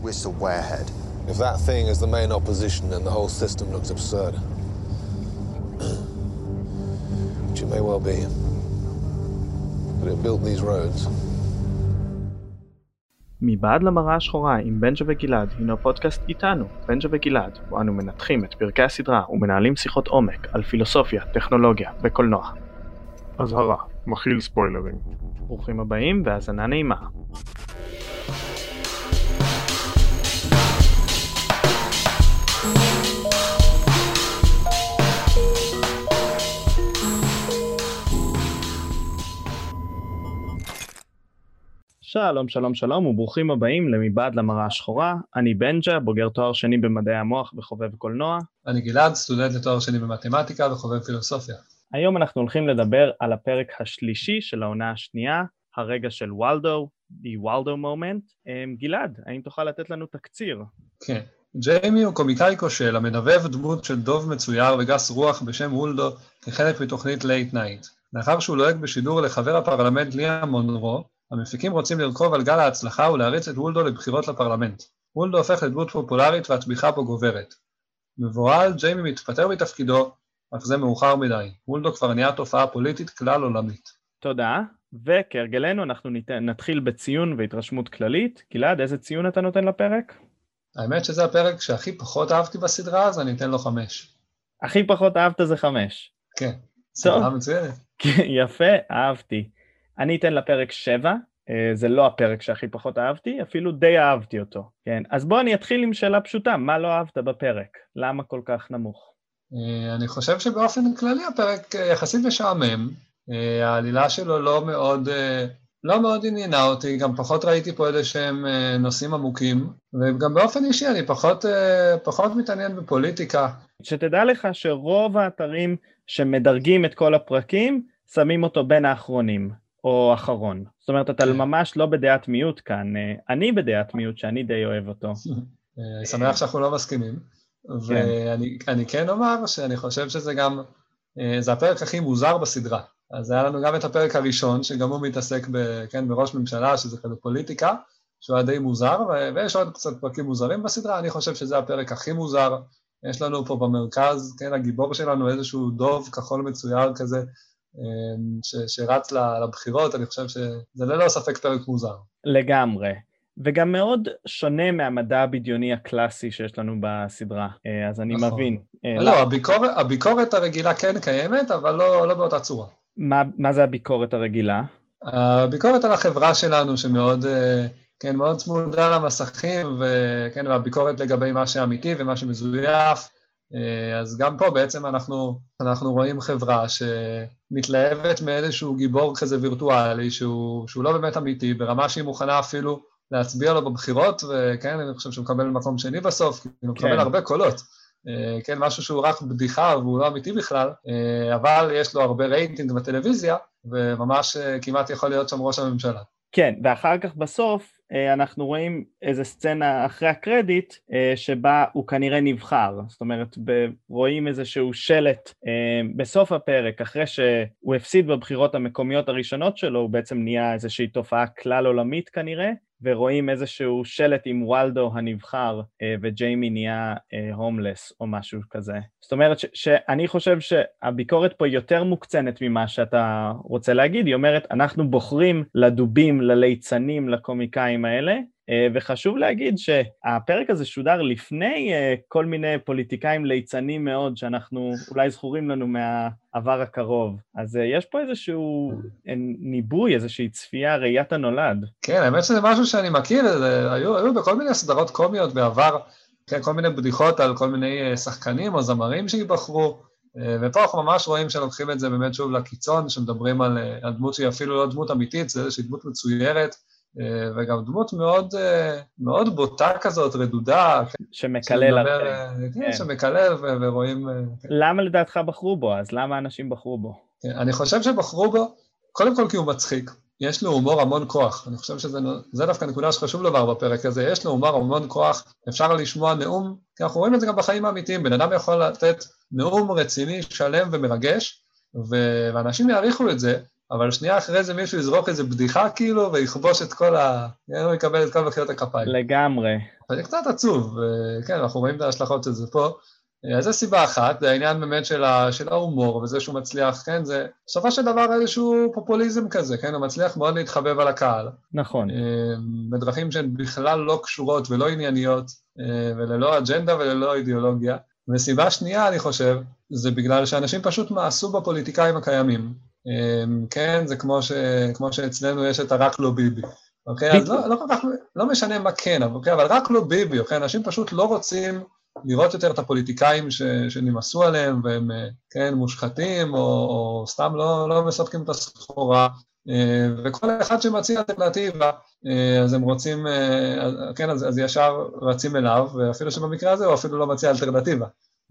We're still way ahead. If that thing is the main opposition, then the whole system looks absurd. Which it may well be. But it built these roads. מבעד למראה השחורה עם בנג'ה וגלעד הינו פודקאסט איתנו, בנג'ה וגלעד, בו אנו מנתחים את פרקי הסדרה ומנהלים שיחות עומק על פילוסופיה, טכנולוגיה וקולנוע. אזהרה, מכיל ספוילרים. ברוכים הבאים והאזנה נעימה. שלום, שלום, שלום וברוכים הבאים למבעד למראה השחורה. אני בנג'ה, בוגר תואר שני במדעי המוח וחובב קולנוע. אני גלעד, סטודנט לתואר שני במתמטיקה וחובב פילוסופיה. היום אנחנו הולכים לדבר על הפרק השלישי של העונה השנייה, הרגע של וולדו, The Waldo Moment. גלעד, האם תוכל לתת לנו תקציר? כן. ג'יימי הוא קומיקאי כושל, המדבב דמות של דוב מצויר וגס רוח בשם וולדו כחלק מתוכנית לייט נייט. לאחר שהוא לועג בשידור לחבר הפרלמנט ליאם מונרו, המפיקים רוצים לרכוב על גל ההצלחה ולהריץ את וולדו לבחירות לפרלמנט. וולדו הופך לדמות פופולרית והתמיכה בו גוברת. מבוהל, ג'יימי מתפטר מתפקידו, אך זה מאוחר מדי. וולדו כבר נהיה תופעה פוליטית כלל עולמית. תודה, וכהרגלנו אנחנו נתחיל בציון והתרשמות כללית. גלעד, איזה ציון אתה נותן לפרק? האמת שזה הפרק שהכי פחות אהבתי בסדרה, אז אני אתן לו 5. הכי פחות אהבת זה 5? כן, סדרה מצוינת. יפה, אהבתי. אני אתן לפרק 7, זה לא הפרק שהכי פחות אהבתי, אפילו די אהבתי אותו. כן, אז בוא אני אתחיל עם שאלה פשוטה, מה לא אהבת בפרק? למה כל כך נמוך? אני חושב שבאופן כללי הפרק יחסית משעמם, העלילה שלו לא מאוד עניינה אותי, גם פחות ראיתי פה איזה שהם נושאים עמוקים, וגם באופן אישי אני פחות מתעניין בפוליטיקה. שתדע לך שרוב האתרים שמדרגים את כל הפרקים, שמים אותו בין האחרונים. או אחרון. זאת אומרת, אתה ממש לא בדעת מיעוט כאן. אני בדעת מיעוט שאני די אוהב אותו. אני שמח שאנחנו לא מסכימים. ואני כן אומר שאני חושב שזה גם, זה הפרק הכי מוזר בסדרה. אז היה לנו גם את הפרק הראשון, שגם הוא מתעסק בראש ממשלה, שזה כזה פוליטיקה, שהוא היה די מוזר, ויש עוד קצת פרקים מוזרים בסדרה. אני חושב שזה הפרק הכי מוזר. יש לנו פה במרכז, כן, הגיבור שלנו איזשהו דוב כחול מצויר כזה, שרץ לבחירות. אני חושב שזה ללא ספק פרק מוזר. לגמרי. וגם מאוד שונה מהמדע הבדיוני הקלאסי שיש לנו בסדרה, אז אני מבין. לא, הביקורת הרגילה כן קיימת, אבל לא באותה צורה. מה זה הביקורת הרגילה? הביקורת על החברה שלנו שמאוד, כן, מאוד צמודה למסכים, וכן, והביקורת לגבי מה שאמיתי ומה שמזויף, אז גם פה בעצם אנחנו רואים חברה שמתלהבת מאיזשהו גיבור כזה וירטואלי, שהוא לא באמת אמיתי, ברמה שהיא מוכנה אפילו להצביע לו בבחירות, וכן, אני חושב שהוא מקבל מקום שני בסוף, כי הוא מקבל הרבה קולות. כן, משהו שהוא רק בדיחה והוא לא אמיתי בכלל, אבל יש לו הרבה רייטינג בטלוויזיה, וממש כמעט יכול להיות שם ראש הממשלה. כן, ואחר כך בסוף אנחנו רואים איזו סצנה אחרי הקרדיט שבה הוא כנראה נבחר, זאת אומרת רואים איזשהו שלט בסוף הפרק, אחרי שהוא הפסיד בבחירות המקומיות הראשונות שלו, הוא בעצם נהיה איזושהי תופעה כלל עולמית כנראה, ורואים איזשהו שלט עם וולדו הנבחר, וג'יימי נהיה הומלס או משהו כזה. זאת אומרת שאני חושב שהביקורת פה יותר מוקצנת ממה שאתה רוצה להגיד, היא אומרת אנחנו בוחרים לדובים, לליצנים, לקומיקאים האלה, וחשוב להגיד שהפרק הזה שודר לפני כל מיני פוליטיקאים ליצנים מאוד, שאנחנו אולי זכורים לנו מהעבר הקרוב. אז יש פה איזשהו ניבוי, איזושהי צפייה, ראיית הנולד. כן, האמת שזה משהו שאני מכיר, היו בכל מיני סדרות קומיות בעבר, כן, כל מיני בדיחות על כל מיני שחקנים או זמרים שיבחרו, ופה אנחנו ממש רואים שלוקחים את זה באמת שוב לקיצון, שמדברים על דמות שהיא אפילו לא דמות אמיתית, זה איזושהי דמות מצוירת, וגם דמות מאוד בוטה כזאת, רדודה. שמקלל הרבה. כן, שמקלל ורואים. למה לדעתך בחרו בו? אז למה אנשים בחרו בו? אני חושב שבחרו בו, קודם כל כי הוא מצחיק. יש לו הומור המון כוח. אני חושב שזה דווקא נקודה שחשוב לומר בפרק הזה. יש לו הומור המון כוח. אפשר לשמוע נאום, כי אנחנו רואים את זה גם בחיים האמיתיים. בן אדם יכול לתת נאום רציני, שלם ומרגש, ואנשים יעריכו את זה. אבל שנייה אחרי זה מישהו יזרוק איזה בדיחה כאילו, ויכבוש את כל הוא יקבל את כל מחיאות הכפיים. לגמרי. זה קצת עצוב, כן, אנחנו רואים את ההשלכות של זה פה. אז זו סיבה אחת, זה העניין באמת של ההומור, וזה שהוא מצליח, כן, זה בסופו של דבר איזשהו פופוליזם כזה, כן, הוא מצליח מאוד להתחבב על הקהל. נכון. בדרכים שהן בכלל לא קשורות ולא ענייניות, וללא אג'נדה וללא אידיאולוגיה. וסיבה שנייה, אני חושב, זה בגלל שאנשים פשוט מעשו בפוליטיקאים הקיימים. כן, זה כמו שאצלנו יש את הרק לא ביבי. אוקיי, אז לא כל כך, לא משנה מה כן, אוקיי, אבל רק לא ביבי, אוקיי, אנשים פשוט לא רוצים לראות יותר את הפוליטיקאים שנמאסו עליהם, והם, כן, מושחתים, או סתם לא מספקים את הסחורה, וכל אחד שמציע אלטרנטיבה, אז הם רוצים, כן, אז ישר רצים אליו, ואפילו שבמקרה הזה הוא אפילו לא מציע אלטרנטיבה.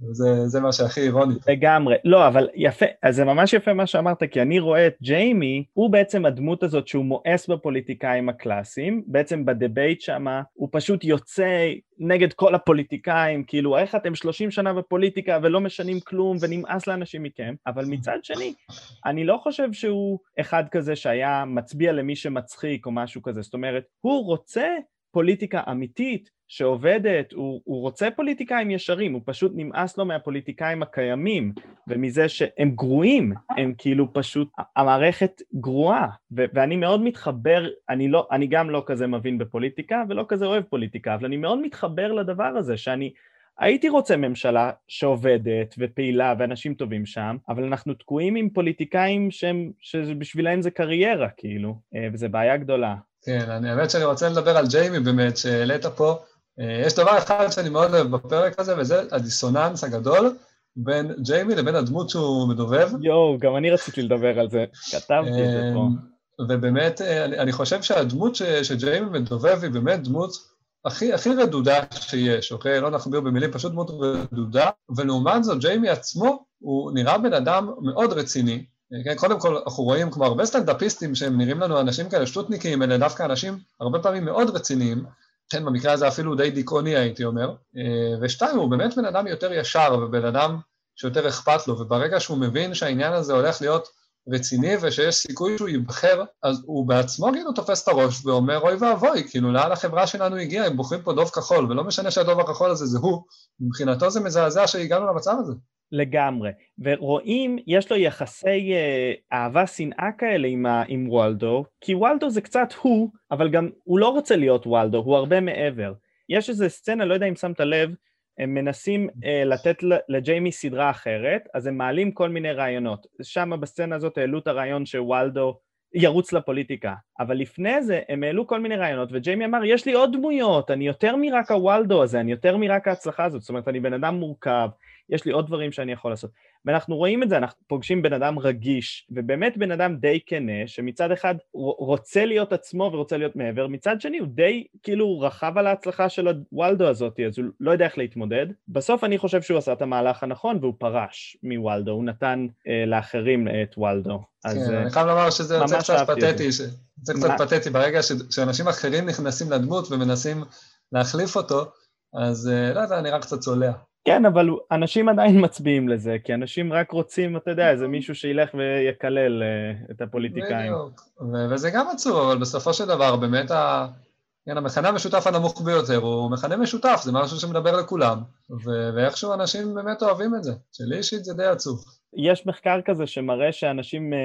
זה מה שהכי אירוני. לגמרי, לא, אבל יפה, אז זה ממש יפה מה שאמרת, כי אני רואה את ג'יימי, הוא בעצם הדמות הזאת שהוא מואס בפוליטיקאים הקלאסיים, בעצם בדבייט שמה, הוא פשוט יוצא נגד כל הפוליטיקאים, כאילו, איך אתם 30 שנה בפוליטיקה ולא משנים כלום ונמאס לאנשים מכם, אבל מצד שני, אני לא חושב שהוא אחד כזה שהיה מצביע למי שמצחיק או משהו כזה, זאת אומרת, הוא רוצה פוליטיקה אמיתית שעובדת, הוא רוצה פוליטיקאים ישרים, הוא פשוט נמאס לו מהפוליטיקאים הקיימים, ומזה שהם גרועים, הם כאילו פשוט, המערכת גרועה, ואני מאוד מתחבר, אני גם לא כזה מבין בפוליטיקה, ולא כזה אוהב פוליטיקה, אבל אני מאוד מתחבר לדבר הזה, שאני הייתי רוצה ממשלה שעובדת ופעילה ואנשים טובים שם, אבל אנחנו תקועים עם פוליטיקאים שבשבילהם זה קריירה, כאילו, וזה בעיה גדולה. כן, האמת שאני רוצה לדבר על ג'יימי באמת, שהעלית פה. יש דבר אחד שאני מאוד אוהב בפרק הזה, וזה הדיסוננס הגדול בין ג'יימי לבין הדמות שהוא מדובב. יואו, גם אני רציתי לדבר על זה, כתבתי את זה פה. ובאמת, אני חושב שהדמות שג'יימי מדובב היא באמת דמות הכי רדודה שיש, אוקיי? לא נכביר במילים, פשוט דמות רדודה, ולעומת זאת, ג'יימי עצמו, הוא נראה בן אדם מאוד רציני. כן, קודם כל, אנחנו רואים כמו הרבה סטנדאפיסטים שהם נראים לנו אנשים כאלה שטותניקים, אלה דווקא אנשים הרבה פעמים מאוד רציניים, כן, במקרה הזה אפילו די דיכאוני הייתי אומר, ושתיים, הוא באמת בן אדם יותר ישר, ובן אדם שיותר אכפת לו, וברגע שהוא מבין שהעניין הזה הולך להיות רציני, ושיש סיכוי שהוא ייבחר, אז הוא בעצמו כאילו תופס את הראש, ואומר, אוי ואבוי, כאילו לאן החברה שלנו הגיעה, הם בוחרים פה דוב כחול, ולא משנה שהדוב הכחול הזה זה הוא, מבחינתו זה מזעזע שהגענו למצב הזה. לגמרי, ורואים, יש לו יחסי אהבה שנאה כאלה עם וולדו, כי וולדו זה קצת הוא, אבל גם הוא לא רוצה להיות וולדו, הוא הרבה מעבר. יש איזו סצנה, לא יודע אם שמת לב, הם מנסים לתת לג'יימי סדרה אחרת, אז הם מעלים כל מיני רעיונות. שם בסצנה הזאת העלו את הרעיון שוולדו ירוץ לפוליטיקה, אבל לפני זה הם העלו כל מיני רעיונות, וג'יימי אמר, יש לי עוד דמויות, אני יותר מרק הוולדו הזה, אני יותר מרק ההצלחה הזאת, זאת אומרת, אני בן אדם מורכב, יש לי עוד דברים שאני יכול לעשות. ואנחנו רואים את זה, אנחנו פוגשים בן אדם רגיש, ובאמת בן אדם די כנה, שמצד אחד רוצה להיות עצמו ורוצה להיות מעבר, מצד שני הוא די כאילו רכב על ההצלחה של הוולדו הזאת, אז הוא לא יודע איך להתמודד. בסוף אני חושב שהוא עשה את המהלך הנכון, והוא פרש מוולדו, הוא נתן לאחרים את וולדו. כן, אני חייב לומר שזה קצת פתטי, זה קצת פתטי, ברגע שאנשים אחרים נכנסים לדמות ומנסים להחליף אותו, אז לא יודע, נראה קצת צולע. כן, אבל אנשים עדיין מצביעים לזה, כי אנשים רק רוצים, אתה יודע, איזה מישהו שילך ויקלל את הפוליטיקאים. בדיוק, וזה גם עצוב, אבל בסופו של דבר, באמת המכנה המשותף הנמוך ביותר הוא מכנה משותף, זה משהו שמדבר לכולם, ואיכשהו אנשים באמת אוהבים את זה, שלי אישית זה די עצוב. יש מחקר כזה שמראה שאנשים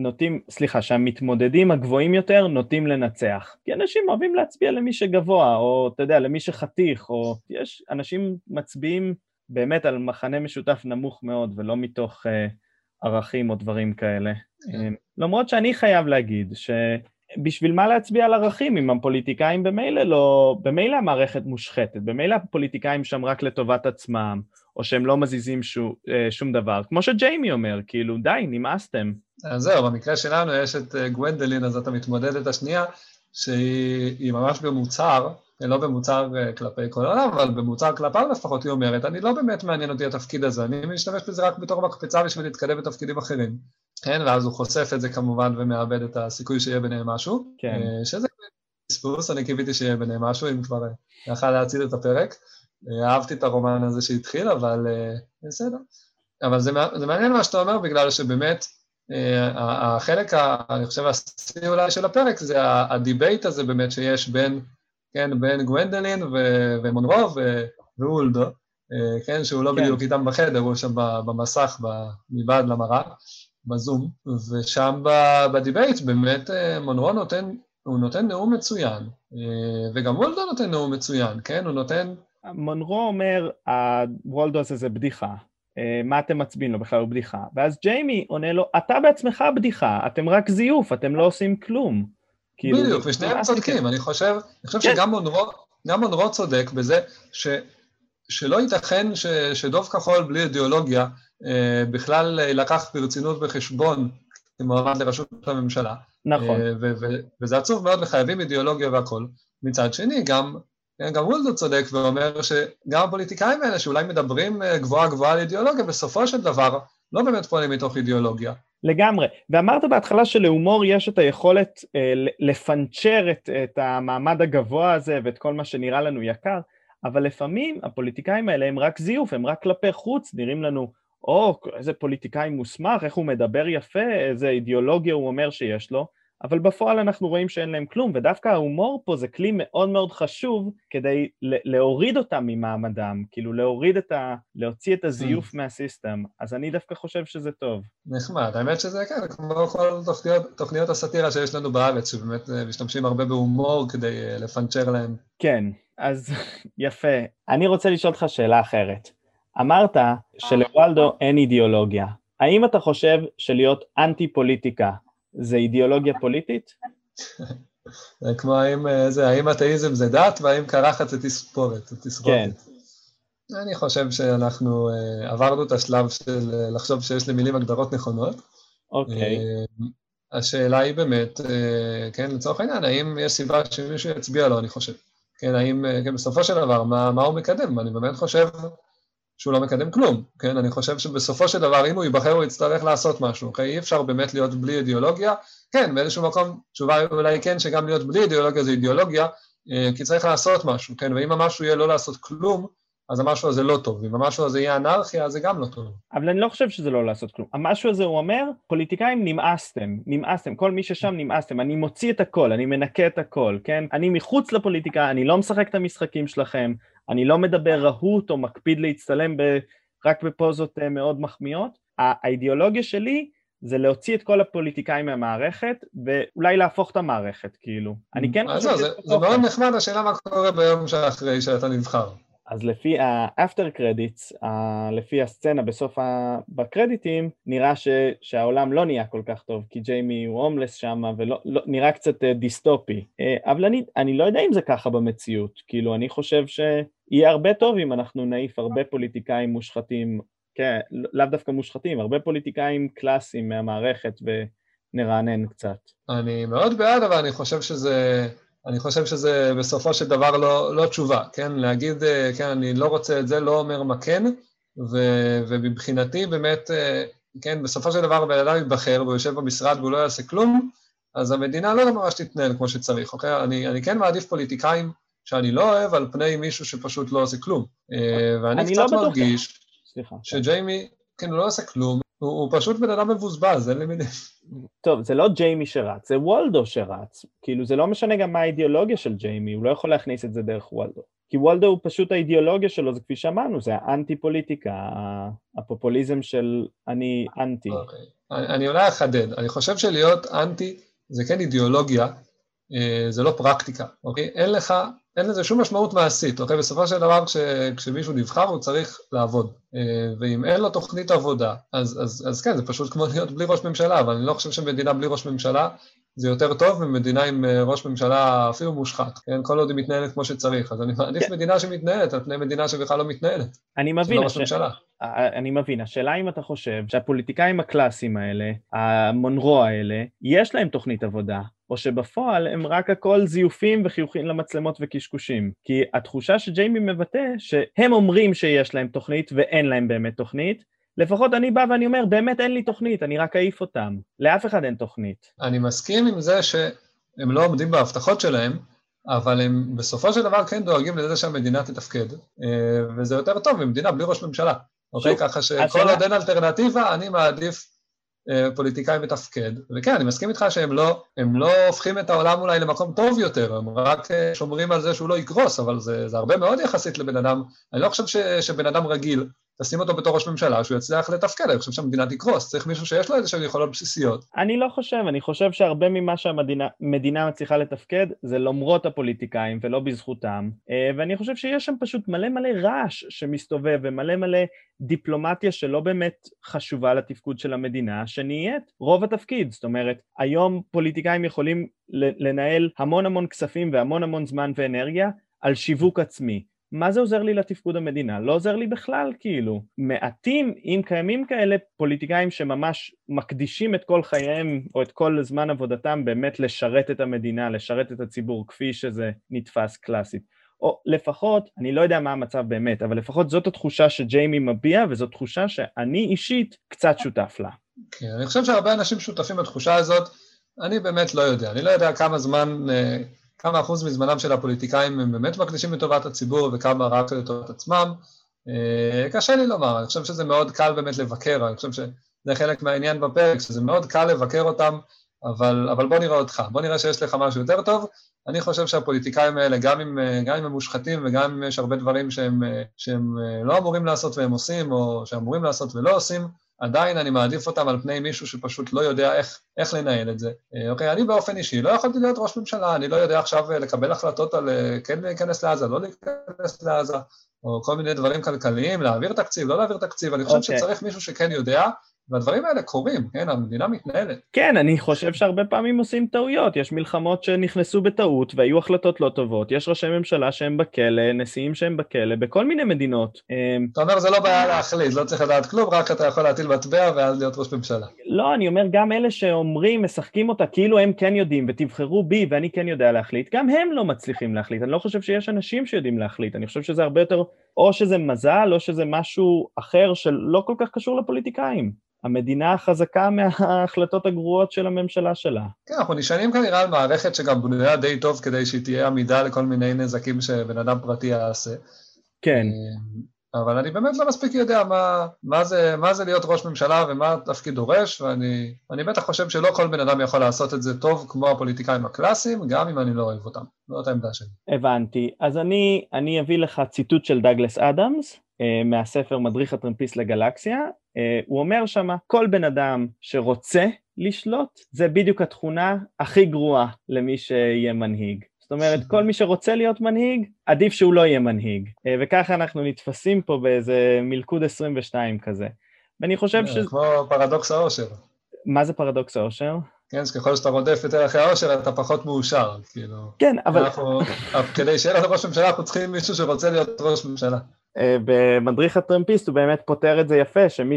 שהמתמודדים הגבוהים יותר נוטים לנצח, כי אנשים אוהבים להצביע למי שגבוה, או אתה יודע, למי שחתיך, או יש אנשים מצביעים באמת על מחנה משותף נמוך מאוד, ולא מתוך ערכים או דברים כאלה. למרות שאני חייב להגיד שבשביל מה להצביע על ערכים אם הפוליטיקאים במילא המערכת מושחתת, במילא הפוליטיקאים שם רק לטובת עצמם, או שהם לא מזיזים שום דבר, כמו שג'יימי אומר, כאילו די, נמאסתם. אז זהו, במקרה שלנו יש את גוונדלין, אז אתה מתמודדת השנייה, שהיא ממש במוצר, לא במוצר כלפי כל העולם, אבל במוצר כלפיו לפחות היא אומרת, אני לא באמת מעניין אותי התפקיד הזה, אני משתמש בזה רק בתור מקפצה בשביל להתקדם בתפקידים אחרים. כן, ואז הוא חושף את זה כמובן ומאבד את הסיכוי שיהיה ביניהם משהו. כן. שזה ספוס, אני קיוויתי שיהיה ביניהם משהו, אם כבר יכל להציל את הפרק. אהבתי את הרומן הזה שהתחיל, אבל בסדר. אבל זה מעניין מה שאתה אומר, בגלל שבאמת החלק, אני חושב, השיא אולי של הפרק, זה הדיבייט הזה באמת שיש בין כן, בין גוונדלין ומונרו ואולדו, כן, שהוא לא בדיוק איתם בחדר, הוא שם במסך, מבעד למראה, בזום, ושם בדיבייט באמת מונרו נותן נאום מצוין, וגם וולדו נותן נאום מצוין, כן, הוא נותן... מונרו אומר, וולדו הזה זה בדיחה, מה אתם מצביעים לו בכלל הוא בדיחה, ואז ג'יימי עונה לו, אתה בעצמך בדיחה, אתם רק זיוף, אתם לא עושים כלום. בדיוק, ושניהם צודקים, אני חושב שגם מונרו צודק בזה שלא ייתכן שדוב כחול בלי אידיאולוגיה בכלל לקח ברצינות בחשבון כמועמד לראשות הממשלה. נכון. וזה עצוב מאוד לחייבים אידיאולוגיה והכל. מצד שני, גם וולדו צודק ואומר שגם הפוליטיקאים האלה שאולי מדברים גבוהה על אידיאולוגיה, בסופו של דבר לא באמת פועלים מתוך אידיאולוגיה. לגמרי, ואמרת בהתחלה שלהומור יש את היכולת לפנצ'ר את המעמד הגבוה הזה ואת כל מה שנראה לנו יקר, אבל לפעמים הפוליטיקאים האלה הם רק זיוף, הם רק כלפי חוץ, נראים לנו, איזה פוליטיקאי מוסמך, איך הוא מדבר יפה, איזה אידיאולוגיה הוא אומר שיש לו, אבל בפועל אנחנו רואים שאין להם כלום, ודווקא ההומור פה זה כלי מאוד מאוד חשוב כדי להוריד אותם ממעמדם, כאילו להוציא את הזיוף מהסיסטם, אז אני דווקא חושב שזה טוב. נחמד, האמת שזה כן, כמו כל תוכניות הסאטירה שיש לנו בארץ, שבאמת משתמשים הרבה בהומור כדי לפנצ'ר להם. כן, אז יפה. אני רוצה לשאול אותך שאלה אחרת. אמרת שלוולדו אין אידיאולוגיה. האם אתה חושב שלהיות אנטי פוליטיקה זה אידיאולוגיה פוליטית? זה כמו האם אתאיזם זה דת, והאם קרחת זה תספורת. כן. אני חושב שאנחנו עברנו את השלב של לחשוב שיש למילים הגדרות נכונות. אוקיי. השאלה היא באמת, כן, לצורך העניין, האם יש סיבה שמישהו יצביע לו, אני חושב. כן, האם, כן, בסופו של דבר, מה הוא מקדם? אני באמת חושב שהוא לא מקדם כלום, כן? אני חושב שבסופו של דבר, אם הוא ייבחר, הוא יצטרך לעשות משהו, אוקיי? אי אפשר באמת להיות בלי אידיאולוגיה, כן, באיזשהו מקום, תשובה אולי כן, שגם להיות בלי אידיאולוגיה זה אידיאולוגיה, כי צריך לעשות משהו, כן? ואם המשהו יהיה לא לעשות כלום, אז המשהו הזה לא טוב, ואם המשהו הזה יהיה אנרכיה, אז זה גם לא טוב. אבל אני לא חושב שזה לא לעשות כלום. המשהו הזה הוא אומר, פוליטיקאים נמאסתם, כל מי ששם נמאסתם, אני מוציא את הכל, אני מנקה את הכל, כן? אני מחוץ לפוליטיקה, אני לא משחק את המשחקים שלכם, אני לא מדבר רהוט או מקפיד להצטלם רק בפוזות מאוד מחמיאות. האידיאולוגיה שלי זה להוציא את כל הפוליטיקאים מהמערכת, ואולי להפוך את המערכת, כאילו. אני כן חושב זה מאוד נחמד, השאלה מה קורה ביום שאחרי שאתה נבחר. אז לפי האפטר קרדיטס, לפי הסצנה בסוף בקרדיטים, נראה שהעולם לא נהיה כל כך טוב, כי ג'יימי הוא הומלס שם, ונראה קצת דיסטופי. אבל אני לא יודע אם זה ככה במציאות, כאילו אני חושב שיהיה הרבה טוב אם אנחנו נעיף הרבה פוליטיקאים מושחתים, כן, לאו דווקא מושחתים, הרבה פוליטיקאים קלאסיים מהמערכת ונרענן קצת. אני מאוד בעד, אבל אני חושב שזה בסופו של דבר לא תשובה, כן? להגיד, כן, אני לא רוצה את זה, לא אומר מה כן, ובבחינתי באמת, כן, בסופו של דבר בן אדם יתבחר, והוא יושב במשרד והוא לא יעשה כלום, אז המדינה לא ממש תתנהל כמו שצריך, אוקיי? אני כן מעדיף פוליטיקאים שאני לא אוהב על פני מישהו שפשוט לא עושה כלום. ואני קצת מרגיש שג'יימי, כן, הוא לא עושה כלום, הוא פשוט בן אדם מבוזבז, אין לי מילים. טוב, זה לא ג'יימי שרץ, זה וולדו שרץ. כאילו, זה לא משנה גם מה האידיאולוגיה של ג'יימי, הוא לא יכול להכניס את זה דרך וולדו. כי וולדו הוא פשוט האידיאולוגיה שלו, זה כפי שאמרנו, זה האנטי-פוליטיקה, הפופוליזם של אני אנטי. אני אולי אחדד, אני חושב שלהיות אנטי זה כן אידיאולוגיה, זה לא פרקטיקה, אוקיי? אין לזה שום משמעות מעשית, אוקיי? בסופו של דבר, כשמישהו נבחר, הוא צריך לעבוד. ואם אין לו תוכנית עבודה, אז כן, זה פשוט כמו להיות בלי ראש ממשלה, אבל אני לא חושב שמדינה בלי ראש ממשלה זה יותר טוב ממדינה עם ראש ממשלה אפילו מושחת, כן? כל עוד היא מתנהלת כמו שצריך, אז אני מעדיף מדינה שמתנהלת, על פני מדינה שבכלל לא מתנהלת. אני מבין, השאלה אם אתה חושב שהפוליטיקאים הקלאסיים האלה, המונרו האלה, יש להם תוכנית עבודה, או שבפועל הם רק הכל זיופים וחיוכים למצלמות וקשקושים. כי התחושה שג'יימי מבטא, שהם אומרים שיש להם תוכנית ואין להם באמת תוכנית, לפחות אני בא ואני אומר, באמת אין לי תוכנית, אני רק אעיף אותם. לאף אחד אין תוכנית. אני מסכים עם זה שהם לא עומדים בהבטחות שלהם, אבל הם בסופו של דבר כן דואגים לזה שהמדינה תתפקד, וזה יותר טוב ממדינה בלי ראש ממשלה. אוקיי, ככה שכל עוד אין אלטרנטיבה, אני מעדיף פוליטיקאים מתפקד, וכן, אני מסכים איתך שהם לא הופכים את העולם אולי למקום טוב יותר, הם רק שומרים על זה שהוא לא יקרוס, אבל זה הרבה מאוד יחסית לבן אדם, אני לא חושב שבן אדם רגיל, תשים אותו בתור ראש ממשלה, שהוא יצליח לתפקד, אני חושב שהמדינה תקרוס, צריך מישהו שיש לו איזשהו יכולות בסיסיות. אני חושב שהרבה ממה שהמדינה מצליחה לתפקד, זה למרות הפוליטיקאים ולא בזכותם, ואני חושב שיש שם פשוט מלא רעש שמסתובב, ומלא דיפלומטיה שלא באמת חשובה לתפקוד של המדינה, שנהיית רוב התפקיד, זאת אומרת, היום פוליטיקאים יכולים לנהל המון כספים והמון זמן ואנרגיה על שיווק עצמי. מה זה עוזר לי לתפקוד המדינה? לא עוזר לי בכלל, כאילו. מעטים, אם קיימים כאלה, פוליטיקאים שממש מקדישים את כל חייהם, או את כל זמן עבודתם, באמת לשרת את המדינה, לשרת את הציבור, כפי שזה נתפס קלאסית. או לפחות, אני לא יודע מה המצב באמת, אבל לפחות זאת התחושה שג'יימי מביע, וזאת תחושה שאני אישית קצת שותף לה. כן, אני חושב שהרבה אנשים שותפים בתחושה הזאת, אני באמת לא יודע. אני לא יודע כמה אחוז מזמנם של הפוליטיקאים הם באמת מקדישים לטובת הציבור, וכמה רק לטובת עצמם. קשה לי לומר, אני חושב שזה מאוד קל באמת לבקר, אני חושב שזה חלק מהעניין בפרק, שזה מאוד קל לבקר אותם, אבל בוא נראה אותך, בוא נראה שיש לך משהו יותר טוב. אני חושב שהפוליטיקאים האלה, גם אם הם מושחתים, וגם אם יש הרבה דברים שהם לא אמורים לעשות והם עושים, או שאמורים לעשות ולא עושים, עדיין אני מעדיף אותם על פני מישהו שפשוט לא יודע איך לנהל את זה. אוקיי, אני באופן אישי לא יכולתי להיות ראש ממשלה, אני לא יודע עכשיו לקבל החלטות על כן להיכנס לעזה, לא להיכנס לעזה, או כל מיני דברים כלכליים, להעביר תקציב, לא להעביר תקציב, אני חושב שצריך מישהו שכן יודע, והדברים האלה קורים, כן, המדינה מתנהלת. כן, אני חושב שהרבה פעמים עושים טעויות, יש מלחמות שנכנסו בטעות והיו החלטות לא טובות, יש ראשי ממשלה שהם בכלא, נשיאים שהם בכלא, בכל מיני מדינות. אתה אומר, זה לא בעיה להחליט, לא צריך לדעת כלום, רק אתה יכול להטיל מטבע ואז להיות ראש ממשלה. לא, אני אומר, גם אלה שאומרים, משחקים אותה, כאילו הם כן יודעים ותבחרו בי ואני כן יודע להחליט, גם הם לא מצליחים להחליט, אני לא חושב שיש אנשים שיודעים להחליט, אני חושב שזה הרבה יותר, או שזה מזל, או שזה משהו אחר שלא כל כך קשור לפוליטיקאים. המדינה חזקה מההחלטות הגרועות של הממשלה שלה. כן, אנחנו נשענים כנראה על מערכת שגם בנויה די טוב כדי שהיא תהיה עמידה לכל מיני נזקים שבן אדם פרטי יעשה. כן. אבל אני באמת לא מספיק יודע מה זה להיות ראש ממשלה ומה התפקיד דורש, ואני בטח חושב שלא כל בן אדם יכול לעשות את זה טוב כמו הפוליטיקאים הקלאסיים, גם אם אני לא אוהב אותם. זאת העמדה שלי. הבנתי. אז אני אביא לך ציטוט של דאגלס אדמס, מהספר מדריך הטרמפיסט לגלקסיה. הוא אומר שמה, כל בן אדם שרוצה לשלוט, זה בדיוק התכונה הכי גרועה למי שיהיה מנהיג. זאת אומרת, כל מי שרוצה להיות מנהיג, עדיף שהוא לא יהיה מנהיג. וככה אנחנו נתפסים פה באיזה מלכוד 22 כזה. ואני חושב כמו פרדוקס האושר. מה זה פרדוקס האושר? כן, שככל שאתה רודף יותר אחרי האושר, אתה פחות מאושר, כאילו. כן, אבל... כדי שיהיה לנו ראש ממשלה, אנחנו צריכים מישהו שרוצה להיות ראש ממשלה. במדריך הטרמפיסט הוא באמת פותר את זה יפה, שמי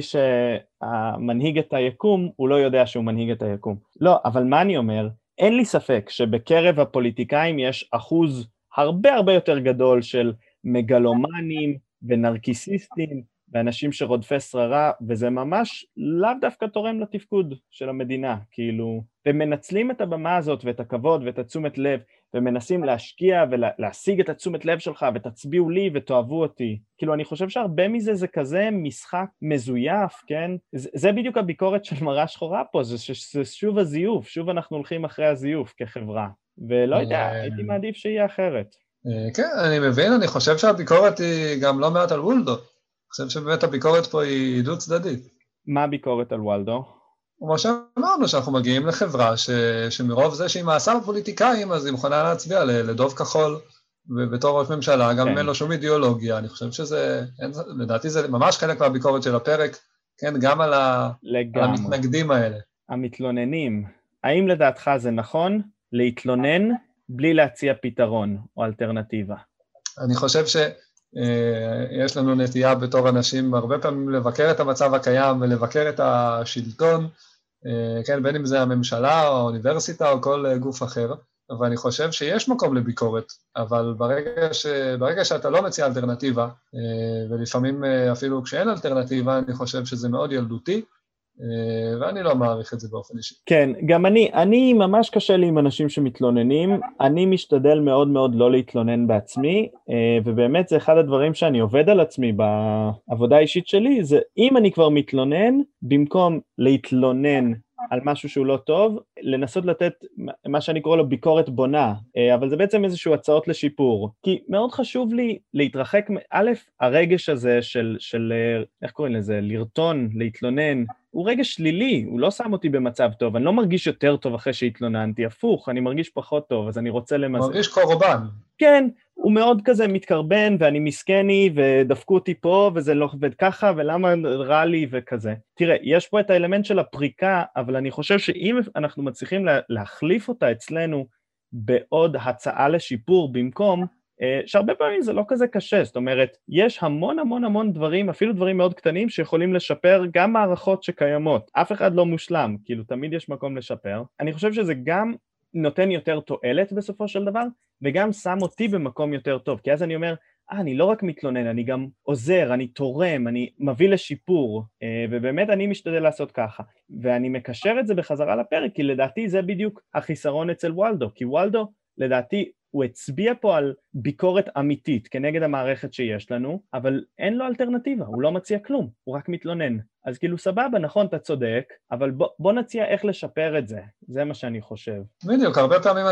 שמנהיג את היקום, הוא לא יודע שהוא מנהיג את היקום. לא, אבל מה אני אומר? אין לי ספק שבקרב הפוליטיקאים יש אחוז הרבה יותר גדול של מגלומנים ונרקיסיסטים, ואנשים שרודפי שררה, וזה ממש לאו דווקא תורם לתפקוד של המדינה, כאילו, ומנצלים את הבמה הזאת ואת הכבוד ואת התשומת לב, ומנסים להשקיע ולהשיג את התשומת לב שלך, ותצביעו לי ותאהבו אותי. כאילו, אני חושב שהרבה מזה זה כזה משחק מזויף, כן? זה בדיוק הביקורת של מראה שחורה פה, זה שוב הזיוף, שוב אנחנו הולכים אחרי הזיוף כחברה, ולא יודע, הייתי מעדיף שיהיה אחרת. כן, אני מבין, אני חושב שהביקורת היא גם לא מעט על וולדו. אני חושב שבאמת הביקורת פה היא דו צדדית. מה הביקורת על וולדו? כמו שאמרנו, שאנחנו מגיעים לחברה שמרוב זה שהיא מעשה בפוליטיקאים, אז היא מוכנה להצביע לדוב כחול, ובתור ראש ממשלה, גם אין לו שום אידיאולוגיה. אני חושב שזה, לדעתי זה ממש חלק מהביקורת של הפרק, כן, גם על המתנגדים האלה. המתלוננים. האם לדעתך זה נכון להתלונן בלי להציע פתרון או אלטרנטיבה? אני חושב יש לנו נטייה בתור אנשים הרבה פעמים לבקר את המצב הקיים ולבקר את השלטון, כן, בין אם זה הממשלה או האוניברסיטה או כל גוף אחר, אבל אני חושב שיש מקום לביקורת, אבל ברגע שאתה לא מציע אלטרנטיבה, ולפעמים אפילו כשאין אלטרנטיבה, אני חושב שזה מאוד ילדותי, ואני לא מעריך את זה באופן אישי. כן, גם אני ממש קשה לי עם אנשים שמתלוננים, אני משתדל מאוד מאוד לא להתלונן בעצמי, ובאמת זה אחד הדברים שאני עובד על עצמי בעבודה האישית שלי, זה אם אני כבר מתלונן, במקום להתלונן על משהו שהוא לא טוב, לנסות לתת מה שאני קורא לו ביקורת בונה, אבל זה בעצם איזשהו הצעות לשיפור, כי מאוד חשוב לי להתרחק, א', הרגש הזה של איך קוראים לזה, לרטון, להתלונן, הוא רגש שלילי, הוא לא שם אותי במצב טוב, אני לא מרגיש יותר טוב אחרי שהתלוננתי, הפוך, אני מרגיש פחות טוב, אז אני רוצה למזל. מרגיש קורבן. כן, הוא מאוד כזה מתקרבן, ואני מסכני, ודפקו אותי פה, וזה לא עובד ככה, ולמה רע לי וכזה. תראה, יש פה את האלמנט של הפריקה, אבל אני חושב שאם אנחנו מצליחים להחליף אותה אצלנו, בעוד הצעה לשיפור במקום, שהרבה פעמים זה לא כזה קשה, זאת אומרת, יש המון המון המון דברים, אפילו דברים מאוד קטנים, שיכולים לשפר גם מערכות שקיימות. אף אחד לא מושלם, כאילו תמיד יש מקום לשפר. אני חושב שזה גם נותן יותר תועלת בסופו של דבר, וגם שם אותי במקום יותר טוב, כי אז אני אומר, אני לא רק מתלונן, אני גם עוזר, אני תורם, אני מביא לשיפור, ובאמת אני משתדל לעשות ככה. ואני מקשר את זה בחזרה לפרק, כי לדעתי זה בדיוק החיסרון אצל וולדו, כי וולדו, לדעתי, הוא הצביע פה על ביקורת אמיתית כנגד המערכת שיש לנו, אבל אין לו אלטרנטיבה, הוא לא מציע כלום, הוא רק מתלונן. אז כאילו סבבה, נכון, אתה צודק, אבל בוא נציע איך לשפר את זה, זה מה שאני חושב. בדיוק, הרבה פעמים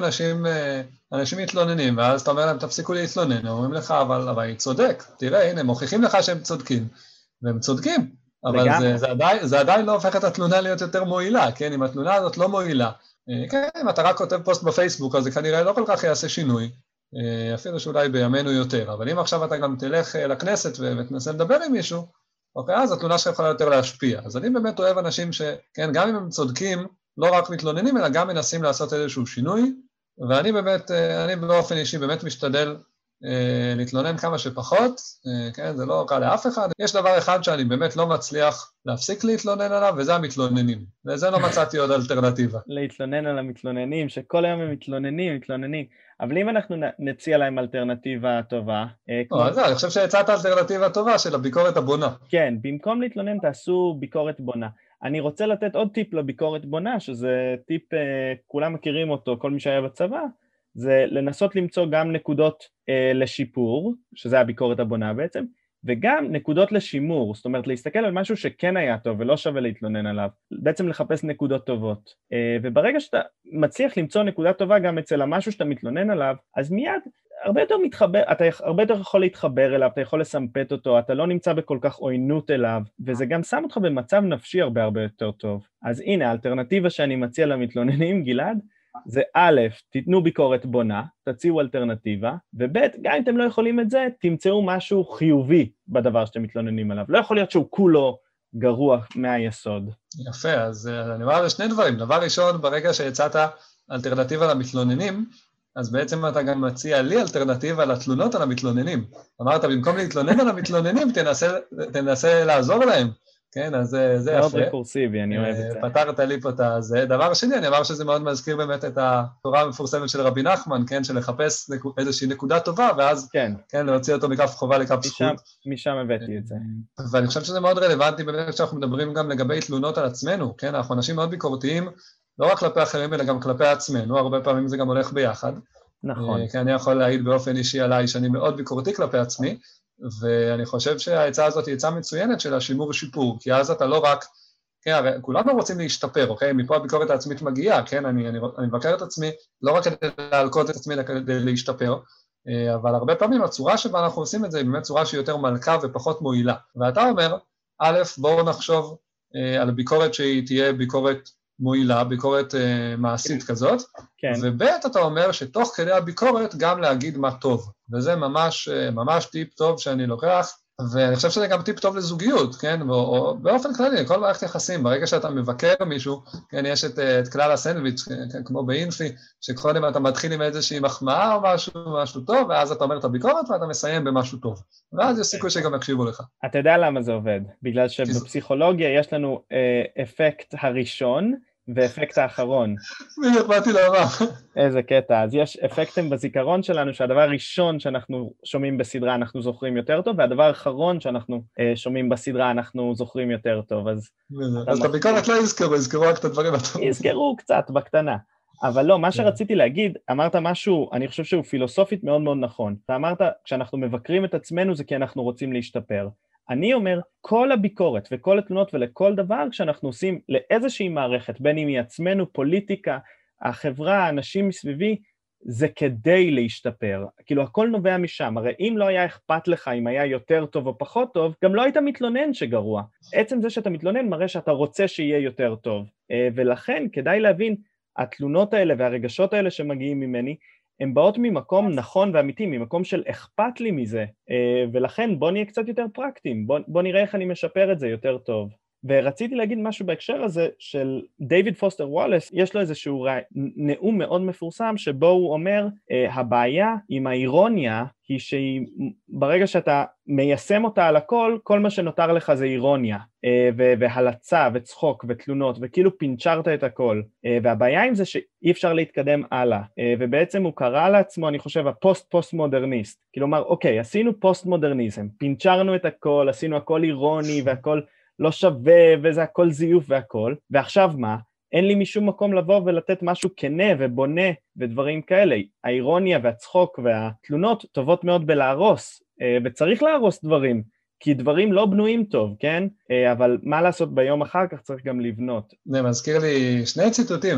אנשים מתלוננים, ואז אתה אומר להם, תפסיקו להתלונן, הם אומרים לך, אבל אני צודק, תראה, הנה, מוכיחים לך שהם צודקים, והם צודקים, אבל זה עדיין לא הופך את התלונה להיות יותר מועילה, כן, אם התלונה הזאת לא מועילה, כן, אם אתה רק כותב פוסט בפייסבוק, אז זה כנראה לא כל כך יעשה שינוי, אפילו שאולי בימינו יותר, אבל אם עכשיו אתה גם תלך לכנסת ותנסה לדבר עם מישהו, אוקיי, אז התלונה שלך יכולה יותר להשפיע. אז אני באמת אוהב אנשים שכן, גם אם הם צודקים, לא רק מתלוננים, אלא גם מנסים לעשות איזשהו שינוי, ואני באמת, אני באופן אישי באמת משתדל להתלונן כמה שפחות, כן, זה לא קל לאף אחד. יש דבר אחד שאני באמת לא מצליח להפסיק להתלונן עליו, וזה המתלוננים. וזה לא מצאתי עוד אלטרנטיבה. להתלונן על המתלוננים, שכל היום הם מתלוננים. אבל אם אנחנו נציע להם אלטרנטיבה טובה... אני חושב שהצעת אלטרנטיבה טובה של הביקורת הבונה. כן, במקום להתלונן תעשו ביקורת בונה. אני רוצה לתת עוד טיפ לביקורת בונה, שזה טיפ, כולם מכירים אותו, כל מי שהיה בצבא, זה לנסות למצוא גם נקודות לשיפור, שזה הביקורת הבונה בעצם, וגם נקודות לשימור, זאת אומרת להסתכל על משהו שכן היה טוב ולא שווה להתלונן עליו, בעצם לחפש נקודות טובות. וברגע שאתה מצליח למצוא נקודה טובה גם אצל המשהו שאתה מתלונן עליו, אז מיד הרבה יותר מתחבר, אתה הרבה יותר יכול להתחבר אליו, אתה יכול לסמפת אותו, אתה לא נמצא בכל כך עוינות אליו, וזה גם שם אותך במצב נפשי הרבה יותר טוב. אז הנה, האלטרנטיבה שאני מציע למתלוננים, גלעד, זה א', תיתנו ביקורת בונה, תציעו אלטרנטיבה, וב', גם אם אתם לא יכולים את זה, תמצאו משהו חיובי בדבר שאתם מתלוננים עליו. לא יכול להיות שהוא כולו גרוע מהיסוד. יפה, אז אני אומר על שני דברים. דבר ראשון, ברגע שהצעת אלטרנטיבה למתלוננים, אז בעצם אתה גם מציע לי אלטרנטיבה לתלונות על המתלוננים. אמרת, במקום להתלונן על המתלוננים, תנסה לעזור להם. כן, אז זה יפה. מאוד רקורסיבי, אני אוהב את זה. פתרת לי פה את זה. דבר שני, אני אמר שזה מאוד מזכיר באמת את התורה המפורסמת של רבי נחמן, כן, של לחפש איזושהי נקודה טובה, ואז, כן, להוציא אותו מכף חובה לכף זכות. משם הבאתי את זה. ואני חושב שזה מאוד רלוונטי, באמת כשאנחנו מדברים גם לגבי תלונות על עצמנו, כן, אנחנו אנשים מאוד ביקורתיים, לא רק כלפי אחרים, אלא גם כלפי עצמנו, הרבה פעמים זה גם הולך ביחד. נכון. כי אני יכול להעיד באופן אישי עליי שאני מאוד ביקורתי כלפי עצמי, ואני חושב שההצעה הזאת היא הצעה מצוינת של השימור ושיפור, כי אז אתה לא רק, כן, הרי כולנו רוצים להשתפר, אוקיי? מפה הביקורת העצמית מגיעה, כן? אני מבקר את עצמי, לא רק כדי להלקות את עצמי, אלא כדי להשתפר, אבל הרבה פעמים הצורה שבה אנחנו עושים את זה היא באמת צורה שהיא יותר מלכה ופחות מועילה. ואתה אומר, א', בואו נחשוב על ביקורת שהיא תהיה ביקורת מועילה, ביקורת מעשית כזאת, כן. וב' אתה אומר שתוך כדי הביקורת גם להגיד מה טוב, וזה ממש טיפ טוב שאני לוקח, ואני חושב שזה גם טיפ טוב לזוגיות, כן, או באופן כללי, כל מערכת יחסים, ברגע שאתה מבקר מישהו, כן, יש את כלל הסנדוויץ', כן, כמו באינפי, שקודם אתה מתחיל עם איזושהי מחמאה או משהו טוב, ואז אתה אומר את הביקורת ואתה מסיים במשהו טוב, ואז יש סיכוי שגם יקשיבו לך. אתה יודע למה זה עובד? בגלל שבפסיכולוגיה יש לנו אפקט הראשון, ואפקט האחרון. בדיוק באתי לומר. איזה קטע. אז יש אפקטים בזיכרון שלנו, שהדבר הראשון שאנחנו שומעים בסדרה אנחנו זוכרים יותר טוב, והדבר האחרון שאנחנו שומעים בסדרה אנחנו זוכרים יותר טוב. אז את הביקורת לא יזכרו רק את הדברים הטובים. יזכרו קצת בקטנה. אבל לא, מה שרציתי להגיד, אמרת משהו, אני חושב שהוא פילוסופית מאוד מאוד נכון. אתה אמרת, כשאנחנו מבקרים את עצמנו זה כי אנחנו רוצים להשתפר. אני אומר, כל הביקורת וכל התלונות ולכל דבר כשאנחנו עושים לאיזושהי מערכת, בין אם היא עצמנו, פוליטיקה, החברה, האנשים מסביבי, זה כדי להשתפר. כאילו, הכל נובע משם. הרי אם לא היה אכפת לך, אם היה יותר טוב או פחות טוב, גם לא היית מתלונן שגרוע. עצם זה שאתה מתלונן מראה שאתה רוצה שיהיה יותר טוב. ולכן כדאי להבין, התלונות האלה והרגשות האלה שמגיעים ממני, הן באות ממקום נכון ואמיתי, ממקום של אכפת לי מזה, ולכן בוא נהיה קצת יותר פרקטיים, בוא נראה איך אני משפר את זה יותר טוב. ורציתי להגיד משהו בהקשר הזה של דיוויד פוסטר וואלס, יש לו איזשהו נאום מאוד מפורסם שבו הוא אומר, הבעיה עם האירוניה היא שברגע שאתה מיישם אותה על הכל, כל מה שנותר לך זה אירוניה, והלצה וצחוק ותלונות, וכאילו פינצ'רת את הכל, והבעיה עם זה שאי אפשר להתקדם הלאה, ובעצם הוא קרא לעצמו, אני חושב, הפוסט מודרניסט, כלומר, אוקיי, עשינו פוסט מודרניזם, פינצ'רנו את הכל, עשינו הכל אירוני והכל לא שווה, וזה הכל זיוף והכל, ועכשיו מה? אין לי משום מקום לבוא ולתת משהו כנה ובונה ודברים כאלה. האירוניה והצחוק והתלונות טובות מאוד בלהרוס, וצריך להרוס דברים, כי דברים לא בנויים טוב, כן? אבל מה לעשות ביום אחר כך צריך גם לבנות. זה מזכיר לי שני ציטוטים,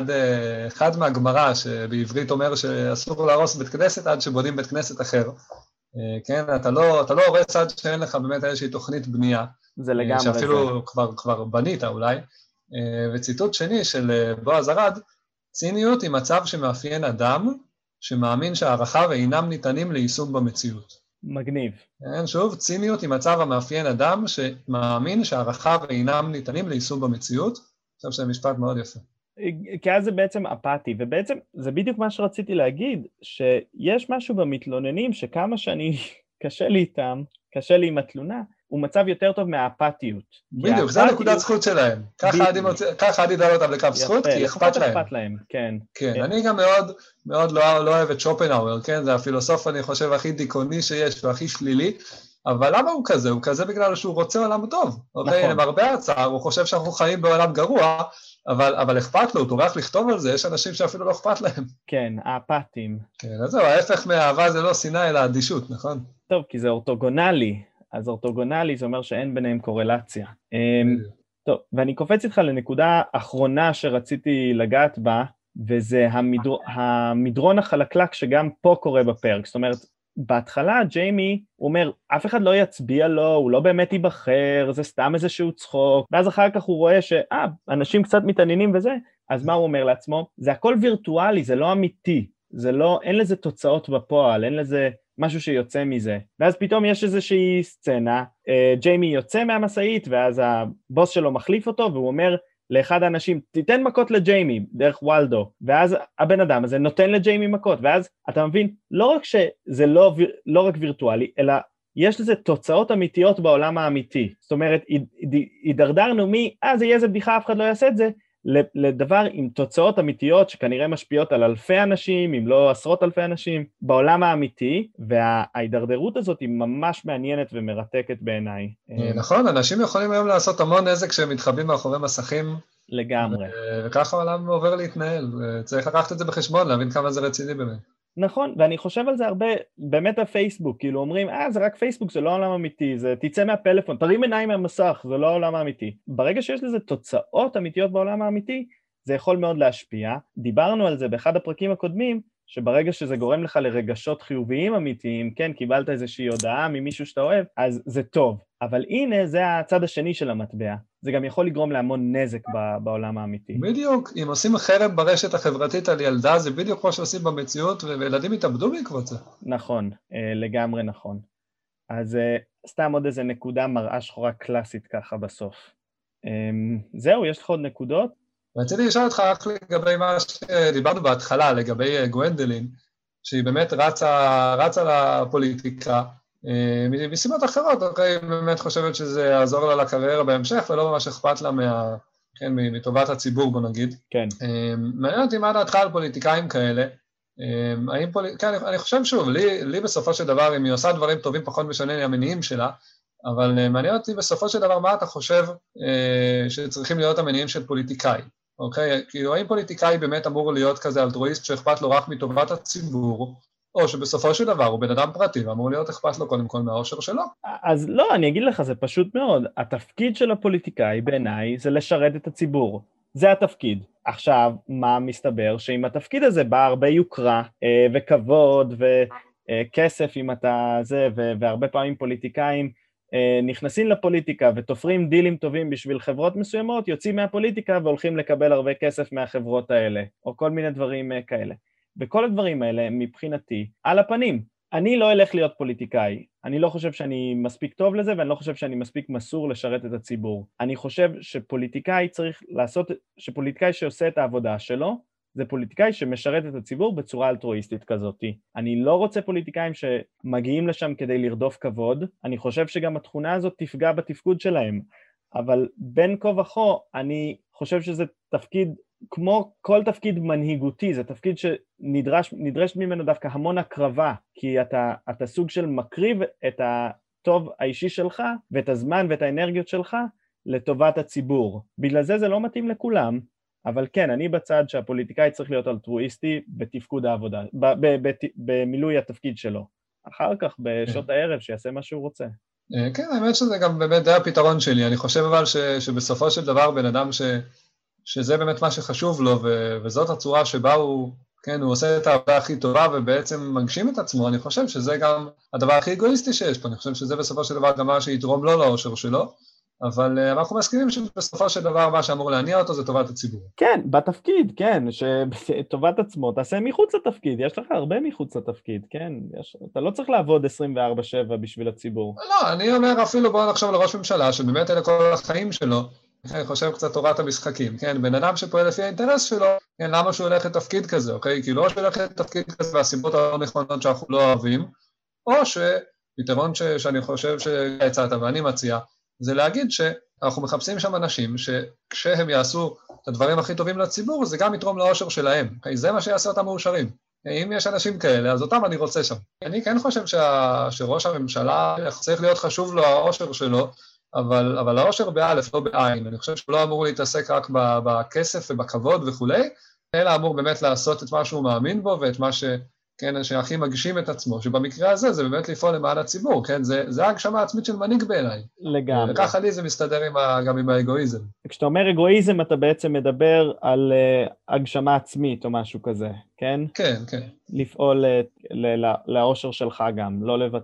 אחד מהגמרא שבעברית אומר שאסור להרוס בית כנסת עד שבונים בית כנסת אחר. כן, אתה לא הורס עד שאין לך באמת איזושהי תוכנית בנייה. זה לגמרי זה. שאפילו כבר בנית אולי. וציטוט שני של בועז ארד, ציניות היא מצב שמאפיין אדם שמאמין שהערכיו אינם ניתנים ליישום במציאות. מגניב. כן, שוב, ציניות היא מצב המאפיין אדם שמאמין שהערכיו אינם ניתנים ליישום במציאות. אני חושב שזה משפט מאוד יפה. כי אז זה בעצם אפאתי, ובעצם זה בדיוק מה שרציתי להגיד, שיש משהו במתלוננים שכמה שאני קשה לי איתם, קשה לי עם התלונה, הוא מצב יותר טוב מהאפתיות. בדיוק, זה נקודת זכות שלהם. ככה אני דל אותם לקו זכות, כי אכפת להם. אכפת להם, כן. כן, אני גם מאוד לא אוהב את שופנהאואר, כן? זה הפילוסוף, אני חושב, הכי דיכאוני שיש והכי שלילי, אבל למה הוא כזה? הוא כזה בגלל שהוא רוצה עולם טוב. אוקיי, למרבה הצער, הוא חושב שאנחנו חיים בעולם גרוע, אבל אכפת לו, הוא טורח לכתוב על זה, יש אנשים שאפילו לא אכפת להם. כן, האפתיים. כן, אז זהו, ההפך מאהבה זה לא שנאה, אלא אדישות, נכון? טוב, כי זה אורתוגונלי. אז אורתוגונלי זה אומר שאין ביניהם קורלציה. טוב, ואני קופץ איתך לנקודה אחרונה שרציתי לגעת בה, וזה המדרון החלקלק שגם פה קורה בפרק. זאת אומרת, בהתחלה ג'יימי אומר, אף אחד לא יצביע לו, הוא לא באמת ייבחר, זה סתם איזשהו צחוק, ואז אחר כך הוא רואה אנשים קצת מתעניינים וזה, אז מה הוא אומר לעצמו? זה הכל וירטואלי, זה לא אמיתי, אין לזה תוצאות בפועל, אין לזה משהו שיוצא מזה. ואז פתאום יש איזושהי סצנה, ג'יימי יוצא מהמסעית, ואז הבוס שלו מחליף אותו, והוא אומר לאחד האנשים, תיתן מכות לג'יימי, דרך וולדו, ואז הבן אדם הזה נותן לג'יימי מכות, ואז אתה מבין, לא רק שזה לא רק וירטואלי, אלא יש לזה תוצאות אמיתיות בעולם האמיתי. זאת אומרת, הידרדרנו זה יהיה איזה בדיחה, אף אחד לא יעשה את זה, לדבר עם תוצאות אמיתיות שכנראה משפיעות על אלפי אנשים, אם לא עשרות אלפי אנשים, בעולם האמיתי, וההידרדרות הזאת היא ממש מעניינת ומרתקת בעיניי. נכון, אנשים יכולים היום לעשות המון נזק כשהם מתחבאים מאחורי מסכים. לגמרי. וככה העולם עובר להתנהל, וצריך לקחת את זה בחשבון, להבין כמה זה רציני באמת. נכון, ואני חושב על זה הרבה, באמת הפייסבוק, כאילו אומרים, זה רק פייסבוק, זה לא העולם האמיתי, זה תצא מהפלאפון, תרים עיניים מהמסך, זה לא העולם האמיתי. ברגע שיש לזה תוצאות אמיתיות בעולם האמיתי, זה יכול מאוד להשפיע. דיברנו על זה באחד הפרקים הקודמים, שברגע שזה גורם לך לרגשות חיוביים אמיתיים, כן, קיבלת איזושהי הודעה ממישהו שאתה אוהב, אז זה טוב. אבל הנה, זה הצד השני של המטבע. זה גם יכול לגרום להמון נזק בעולם האמיתי. בדיוק, אם עושים חרם ברשת החברתית על ילדה, זה בדיוק כמו שעושים במציאות, וילדים יתאבדו בעקבות זה. נכון, לגמרי נכון. אז סתם עוד איזה נקודה מראה שחורה קלאסית ככה בסוף. זהו, יש לך עוד נקודות? רציתי לשאול אותך רק לגבי מה שדיברנו בהתחלה, לגבי גוונדלין, שהיא באמת רצה לפוליטיקה, מסיבות אחרות, אוקיי, באמת חושבת שזה יעזור לה לקריירה בהמשך, ולא ממש אכפת לה כן, מטובת הציבור, בוא נגיד. כן. מעניין אותי מה דעתך על פוליטיקאים כאלה, כן, אני חושב שוב, לי בסופו של דבר, אם היא עושה דברים טובים פחות משנה מהמניעים שלה, אבל מעניין אותי בסופו של דבר מה אתה חושב שצריכים להיות המניעים של פוליטיקאי, אוקיי? כאילו, האם פוליטיקאי באמת אמור להיות כזה אלטרואיסט שאכפת לו רק מטובת הציבור, או שבסופו של דבר הוא בן אדם פרטי, ואמור להיות אכפת לו קודם כל מהאושר שלו? אז לא, אני אגיד לך, זה פשוט מאוד. התפקיד של הפוליטיקאי בעיניי זה לשרת את הציבור. זה התפקיד. עכשיו, מה מסתבר? שעם התפקיד הזה בא הרבה יוקרה וכבוד וכסף אם אתה זה, והרבה פעמים פוליטיקאים נכנסים לפוליטיקה ותופרים דילים טובים בשביל חברות מסוימות, יוצאים מהפוליטיקה והולכים לקבל הרבה כסף מהחברות האלה, או כל מיני דברים כאלה. וכל הדברים האלה מבחינתי על הפנים. אני לא אלך להיות פוליטיקאי, אני לא חושב שאני מספיק טוב לזה, ואני לא חושב שאני מספיק מסור לשרת את הציבור. אני חושב שפוליטיקאי צריך לעשות, שפוליטיקאי שעושה את העבודה שלו, זה פוליטיקאי שמשרת את הציבור בצורה אלטרואיסטית כזאת. אני לא רוצה פוליטיקאים שמגיעים לשם כדי לרדוף כבוד, אני חושב שגם התכונה הזאת תפגע בתפקוד שלהם, אבל בין כה וכה אני חושב שזה תפקיד, כמו כל תפקיד מנהיגותי, זה תפקיד שנדרש ממנו דווקא המון הקרבה, כי אתה סוג של מקריב את הטוב האישי שלך, ואת הזמן ואת האנרגיות שלך, לטובת הציבור. בגלל זה לא מתאים לכולם, אבל כן, אני בצד שהפוליטיקאי צריך להיות אלטרואיסטי בתפקוד העבודה, במילוי התפקיד שלו. אחר כך, בשעות הערב, שיעשה מה שהוא רוצה. כן, האמת שזה גם באמת די הפתרון שלי. אני חושב אבל שבסופו של דבר בן אדם שזה באמת מה שחשוב לו, וזאת הצורה שבה הוא עושה את העבודה הכי טובה, ובעצם מגשים את עצמו. אני חושב שזה גם הדבר הכי אגואיסטי שיש פה. אני חושב שזה בסופו של דבר גם מה שיתרום לו לאושר שלו, אבל אנחנו מסכימים שבסופו של דבר מה שאמור להניע אותו זה טובת הציבור. כן, בתפקיד, כן, שטובת עצמו, תעשה מחוץ לתפקיד, יש לך הרבה מחוץ לתפקיד, כן, אתה לא צריך לעבוד 24/7 בשביל הציבור. לא, אני אומר אפילו בואו נחשוב לראש ממשלה, שבאמת אלה כל החיים שלו, אני חושב קצת תורת המשחקים, כן, בן אדם שפועל לפי האינטרס שלו, כן, למה שהוא הולך לתפקיד כזה, אוקיי? כי לא שהוא הולך לתפקיד כזה והסיבות הלא נכונות שאנחנו לא אוהבים, או שפתרון שאני חושב שהצעת ואני מציע, זה להגיד שאנחנו מחפשים שם אנשים שכשהם יעשו את הדברים הכי טובים לציבור, זה גם יתרום לאושר שלהם. זה מה שיעשה אותם מאושרים. אם יש אנשים כאלה, אז אותם אני רוצה שם. אני כן חושב שראש הממשלה צריך להיות חשוב לו האושר שלו, אבל האושר באלף, לא בעין. אני חושב שהוא לא אמור להתעסק רק בכסף ובכבוד וכולי, אלא אמור באמת לעשות את מה שהוא מאמין בו ואת מה שהכי מגשים את עצמו, שבמקרה הזה זה באמת לפעול למען הציבור, כן? זה ההגשמה העצמית של מנהיג בעיניי. לגמרי. וככה לי זה מסתדר גם עם האגואיזם. כשאתה אומר אגואיזם, אתה בעצם מדבר על הגשמה עצמית או משהו כזה, כן? כן, כן. לפעול לאושר שלך גם,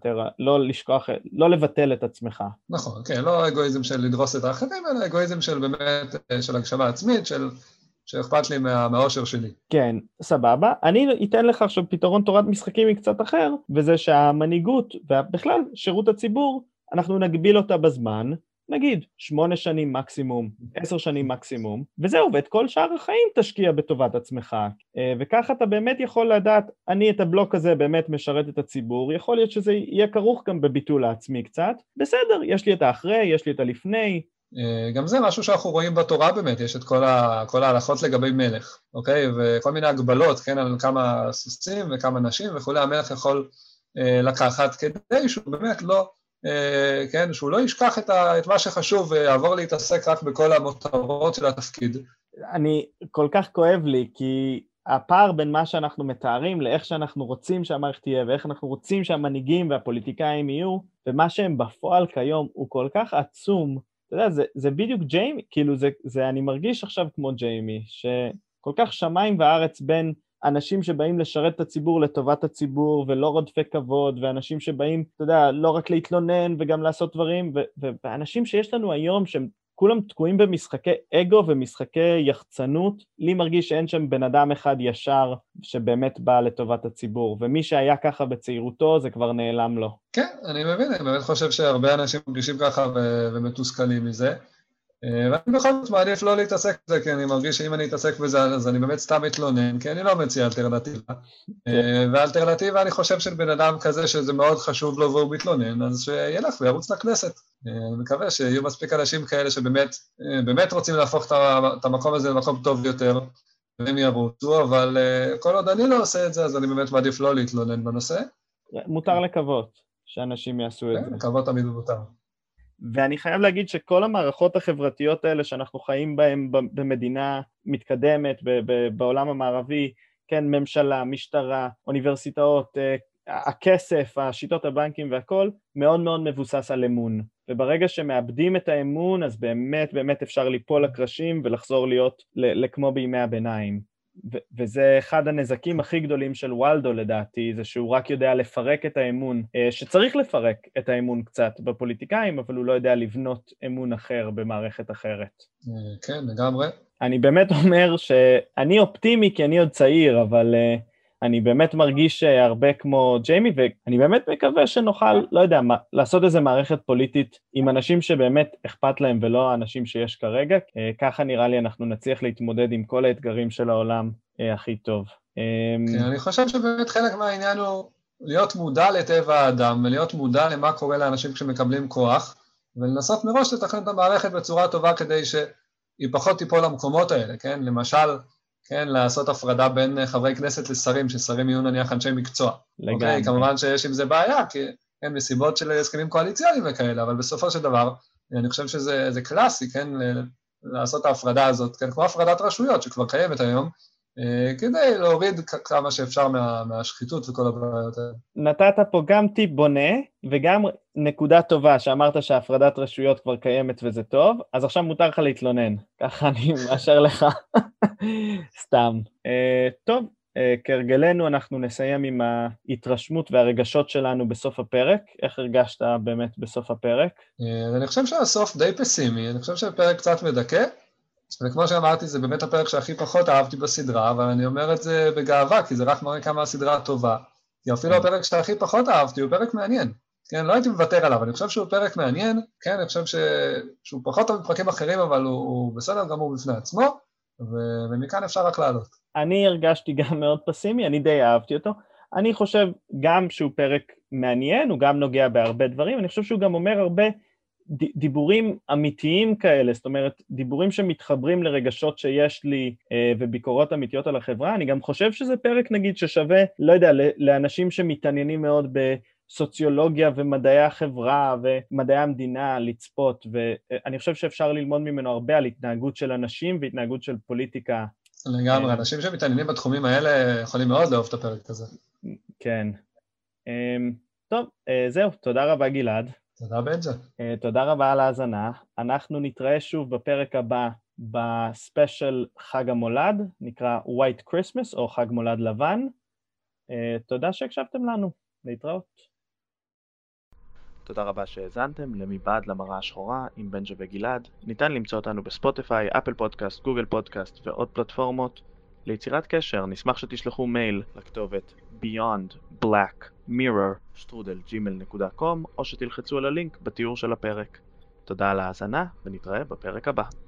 לא לבטל את עצמך. נכון, כן, לא אגואיזם של לדרוס את האחרים, אלא אגואיזם של באמת, של הגשמה עצמית, שאכפת לי מהאושר שלי. כן, סבבה. אני אתן לך עכשיו פתרון תורת משחקים מקצת אחר, וזה שהמנהיגות, ובכלל שירות הציבור, אנחנו נגביל אותה בזמן, נגיד 8 שנים מקסימום, 10 שנים מקסימום, וזהו, ואת כל שאר החיים תשקיע בטובת עצמך. וככה אתה באמת יכול לדעת, אני את הבלוק הזה באמת משרת את הציבור, יכול להיות שזה יהיה כרוך גם בביטול העצמי קצת, בסדר, יש לי את האחרי, יש לי את הלפני, גם זה משהו שאנחנו רואים בתורה באמת, יש את כל ההלכות לגבי מלך, אוקיי? וכל מיני הגבלות, כן, על כמה סוסים וכמה נשים וכולי, המלך יכול לקחת כדי שהוא באמת לא, כן, שהוא לא ישכח את מה שחשוב ויעבור להתעסק רק בכל המותרות של התפקיד. אני כל כך כואב לי, כי הפער בין מה שאנחנו מתארים לאיך שאנחנו רוצים שהמערכת תהיה, ואיך אנחנו רוצים שהמנהיגים והפוליטיקאים יהיו, ומה שהם בפועל כיום הוא כל כך עצום, אתה יודע, זה בדיוק ג'יימי, כאילו אני מרגיש עכשיו כמו ג'יימי, שכל כך שמיים וארץ בין אנשים שבאים לשרת את הציבור לטובת הציבור, ולא רודפי כבוד, ואנשים שבאים, אתה יודע, לא רק להתלונן וגם לעשות דברים, ואנשים שיש לנו היום שהם כולם תקועים במשחקי אגו ומשחקי יחצנות, לי מרגיש שאין שם בן אדם אחד ישר שבאמת בא לטובת הציבור, ומי שהיה ככה בצעירותו זה כבר נעלם לו. כן, אני מבין, אני באמת חושב שהרבה אנשים מרגישים ככה ומתוסכלים מזה, ואני בכל זאת מעדיף לא להתעסק בזה, כי אני מרגיש שאם אני אתעסק בזה, אז אני באמת סתם מתלונן, כי אני לא מציע אלטרנטיבה. והאלטרנטיבה, אני חושב של בן אדם כזה שזה מאוד חשוב לו והוא מתלונן, אז שילך וירוץ לכנסת. אני מקווה שיהיו מספיק אנשים כאלה שבאמת רוצים להפוך את המקום הזה למקום טוב יותר, והם ירוצו, אבל כל עוד אני לא עושה את זה, אז אני באמת מעדיף לא להתלונן בנושא. מותר לקוות שאנשים יעשו את זה. לקוות תמיד מותר. ואני חייב להגיד שכל המערכות החברתיות האלה שאנחנו חיים בהן במדינה מתקדמת, בעולם המערבי, כן, ממשלה, משטרה, אוניברסיטאות, הכסף, השיטות הבנקים והכל, מאוד מאוד מבוסס על אמון. וברגע שמאבדים את האמון, אז באמת באמת אפשר ליפול לקרשים ולחזור להיות כמו בימי הביניים. וזה אחד הנזקים הכי גדולים של וולדו לדעתי, זה שהוא רק יודע לפרק את האמון, שצריך לפרק את האמון קצת בפוליטיקאים, אבל הוא לא יודע לבנות אמון אחר במערכת אחרת. כן, לגמרי. אני באמת אומר שאני אופטימי כי אני עוד צעיר, אבל אני באמת מרגיש הרבה כמו ג'יימי, ואני באמת מקווה שנוכל, לא יודע, לעשות איזו מערכת פוליטית עם אנשים שבאמת אכפת להם ולא האנשים שיש כרגע, ככה נראה לי אנחנו נצליח להתמודד עם כל האתגרים של העולם הכי טוב. כן, אני חושב שבאמת חלק מהעניין הוא להיות מודע לטבע האדם, ולהיות מודע למה קורה לאנשים כשמקבלים כוח, ולנסות מראש לתכנן את המערכת בצורה טובה כדי שהיא פחות תיפול למקומות האלה, כן? למשל, כן, לעשות הפרדה בין חברי כנסת לשרים, ששרים יהיו נניח אנשי מקצוע. אוקיי, כמובן שיש עם זה בעיה, כי אין מסיבות של הסכמים קואליציוניים וכאלה, אבל בסופו של דבר, אני חושב שזה קלאסי, כן, לעשות את ההפרדה הזאת, כן, כמו הפרדת רשויות שכבר קיימת היום, כדי להוריד כמה שאפשר מהשחיתות וכל הבעיות האלה. נתת פה גם טיפ בונה, וגם נקודה טובה שאמרת שהפרדת רשויות כבר קיימת וזה טוב, אז עכשיו מותר לך להתלונן, ככה אני מאשר לך, סתם. טוב, כרגלנו אנחנו נסיים עם ההתרשמות והרגשות שלנו בסוף הפרק. איך הרגשת באמת בסוף הפרק? אני חושב שהסוף די פסימי, אני חושב שהפרק קצת מדכא, וכמו שאמרתי, זה באמת הפרק שהכי פחות אהבתי בסדרה, אבל אני אומר את זה בגאווה, כי זה רק מראה כמה הסדרה טובה. כי אפילו הפרק שהכי פחות אהבתי הוא פרק מעניין. כן, לא הייתי מוותר עליו, אני חושב שהוא פרק מעניין, כן, אני חושב שהוא פחות טוב מפרקים אחרים, אבל הוא בסדר גמור בפני עצמו, ומכאן אפשר רק לעלות. אני הרגשתי גם מאוד פסימי, אני די אהבתי אותו. אני חושב גם שהוא פרק מעניין, הוא גם נוגע בהרבה דברים, אני חושב שהוא גם אומר הרבה דיבורים אמיתיים כאלה, זאת אומרת, דיבורים שמתחברים לרגשות שיש לי וביקורות אמיתיות על החברה. אני גם חושב שזה פרק, נגיד, ששווה, לא יודע, לאנשים שמתעניינים מאוד בסוציולוגיה ומדעי החברה ומדעי המדינה לצפות, ואני חושב שאפשר ללמוד ממנו הרבה על התנהגות של אנשים והתנהגות של פוליטיקה. לגמרי, אנשים שמתעניינים בתחומים האלה יכולים מאוד לאהוב את הפרק הזה. כן. טוב, זהו, תודה רבה גלעד. תודה בנג'ה. תודה רבה על ההאזנה. אנחנו נתראה שוב בפרק הבא בספיישל חג המולד, נקרא White Christmas או חג מולד לבן. תודה שהקשבתם לנו. להתראות. תודה רבה שהאזנתם למבעד למראה השחורה עם בנג'ה וגלעד. ניתן למצוא אותנו בספוטיפיי, אפל פודקאסט, גוגל פודקאסט ועוד פלטפורמות. ליצירת קשר נשמח שתשלחו מייל לכתובת beyondblackmirror@gmail.com או שתלחצו על הלינק בתיאור של הפרק. תודה על ההאזנה ונתראה בפרק הבא.